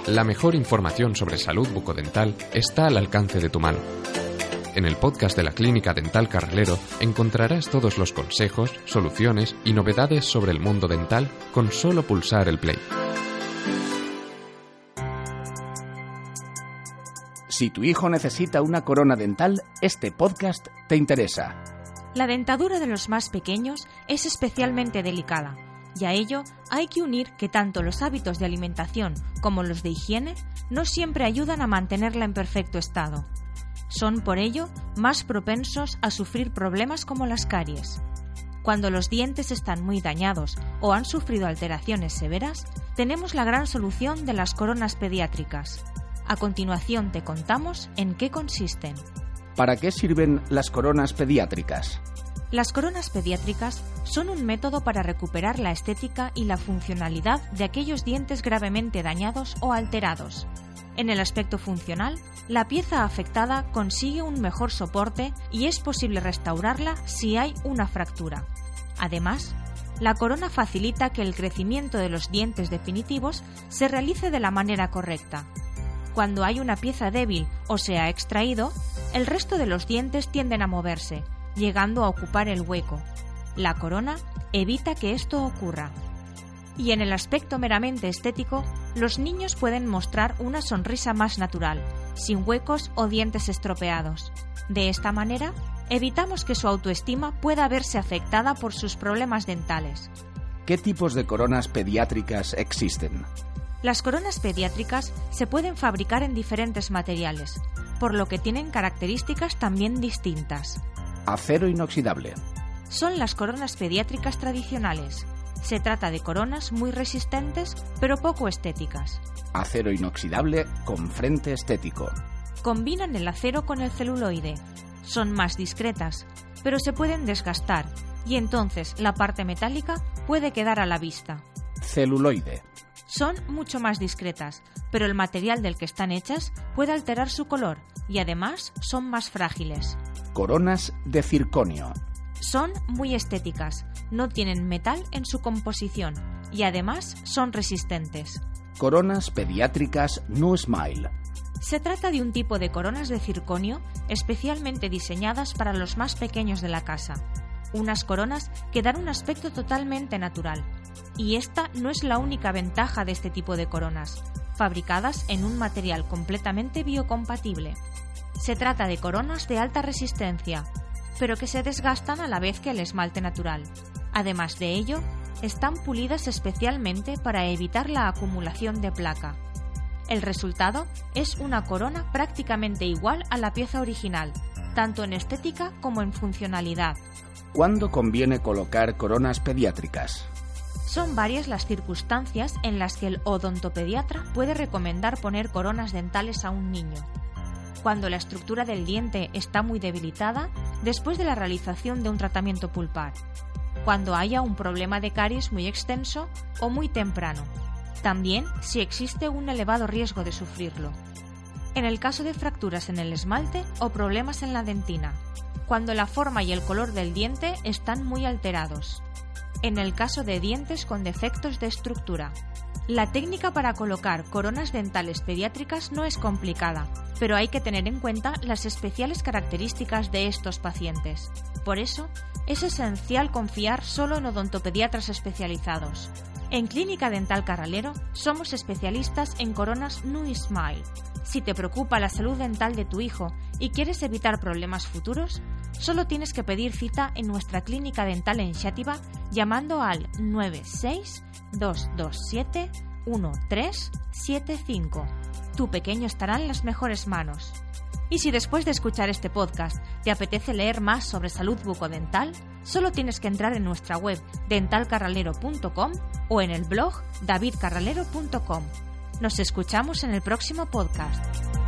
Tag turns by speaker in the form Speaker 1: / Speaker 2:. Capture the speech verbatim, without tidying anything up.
Speaker 1: La mejor información sobre salud bucodental está al alcance de tu mano. En el podcast de la Clínica Dental Carralero encontrarás todos los consejos, soluciones y novedades sobre el mundo dental con solo pulsar el play.
Speaker 2: Si tu hijo necesita una corona dental, este podcast te interesa.
Speaker 3: La dentadura de los más pequeños es especialmente delicada, y a ello hay que unir que tanto los hábitos de alimentación como los de higiene no siempre ayudan a mantenerla en perfecto estado. Son por ello más propensos a sufrir problemas como las caries. Cuando los dientes están muy dañados o han sufrido alteraciones severas, tenemos la gran solución de las coronas pediátricas. A continuación te contamos en qué consisten.
Speaker 2: ¿Para qué sirven las coronas pediátricas?
Speaker 3: Las coronas pediátricas son un método para recuperar la estética y la funcionalidad de aquellos dientes gravemente dañados o alterados. En el aspecto funcional, la pieza afectada consigue un mejor soporte y es posible restaurarla si hay una fractura. Además, la corona facilita que el crecimiento de los dientes definitivos se realice de la manera correcta. Cuando hay una pieza débil o se ha extraído, el resto de los dientes tienden a moverse, llegando a ocupar el hueco. La corona evita que esto ocurra. Y en el aspecto meramente estético, los niños pueden mostrar una sonrisa más natural, sin huecos o dientes estropeados. De esta manera, evitamos que su autoestima pueda verse afectada por sus problemas dentales.
Speaker 2: ¿Qué tipos de coronas pediátricas existen?
Speaker 3: Las coronas pediátricas se pueden fabricar en diferentes materiales, por lo que tienen características también distintas.
Speaker 2: Acero inoxidable.
Speaker 3: Son las coronas pediátricas tradicionales. Se trata de coronas muy resistentes, pero poco estéticas.
Speaker 2: Acero inoxidable con frente estético.
Speaker 3: Combinan el acero con el celuloide. Son más discretas, pero se pueden desgastar, y entonces la parte metálica puede quedar a la vista.
Speaker 2: Celuloide.
Speaker 3: Son mucho más discretas, pero el material del que están hechas puede alterar su color, y además son más frágiles.
Speaker 2: Coronas de circonio.
Speaker 3: Son muy estéticas, no tienen metal en su composición y además son resistentes.
Speaker 2: Coronas pediátricas No Smile.
Speaker 3: Se trata de un tipo de coronas de circonio especialmente diseñadas para los más pequeños de la casa. Unas coronas que dan un aspecto totalmente natural. Y esta no es la única ventaja de este tipo de coronas, fabricadas en un material completamente biocompatible. Se trata de coronas de alta resistencia, pero que se desgastan a la vez que el esmalte natural. Además de ello, están pulidas especialmente para evitar la acumulación de placa. El resultado es una corona prácticamente igual a la pieza original, tanto en estética como en funcionalidad.
Speaker 2: ¿Cuándo conviene colocar coronas pediátricas?
Speaker 3: Son varias las circunstancias en las que el odontopediatra puede recomendar poner coronas dentales a un niño. Cuando la estructura del diente está muy debilitada, después de la realización de un tratamiento pulpar. Cuando haya un problema de caries muy extenso o muy temprano. También si existe un elevado riesgo de sufrirlo. En el caso de fracturas en el esmalte o problemas en la dentina. Cuando la forma y el color del diente están muy alterados. En el caso de dientes con defectos de estructura. La técnica para colocar coronas dentales pediátricas no es complicada, pero hay que tener en cuenta las especiales características de estos pacientes. Por eso, es esencial confiar solo en odontopediatras especializados. En Clínica Dental Carralero somos especialistas en coronas No Smile. Si te preocupa la salud dental de tu hijo y quieres evitar problemas futuros, solo tienes que pedir cita en nuestra clínica dental en Xàtiva llamando al nueve seis dos dos siete uno tres siete cinco. Tu pequeño estará en las mejores manos. Y si después de escuchar este podcast te apetece leer más sobre salud bucodental, solo tienes que entrar en nuestra web dental carralero punto com o en el blog david carralero punto com. Nos escuchamos en el próximo podcast.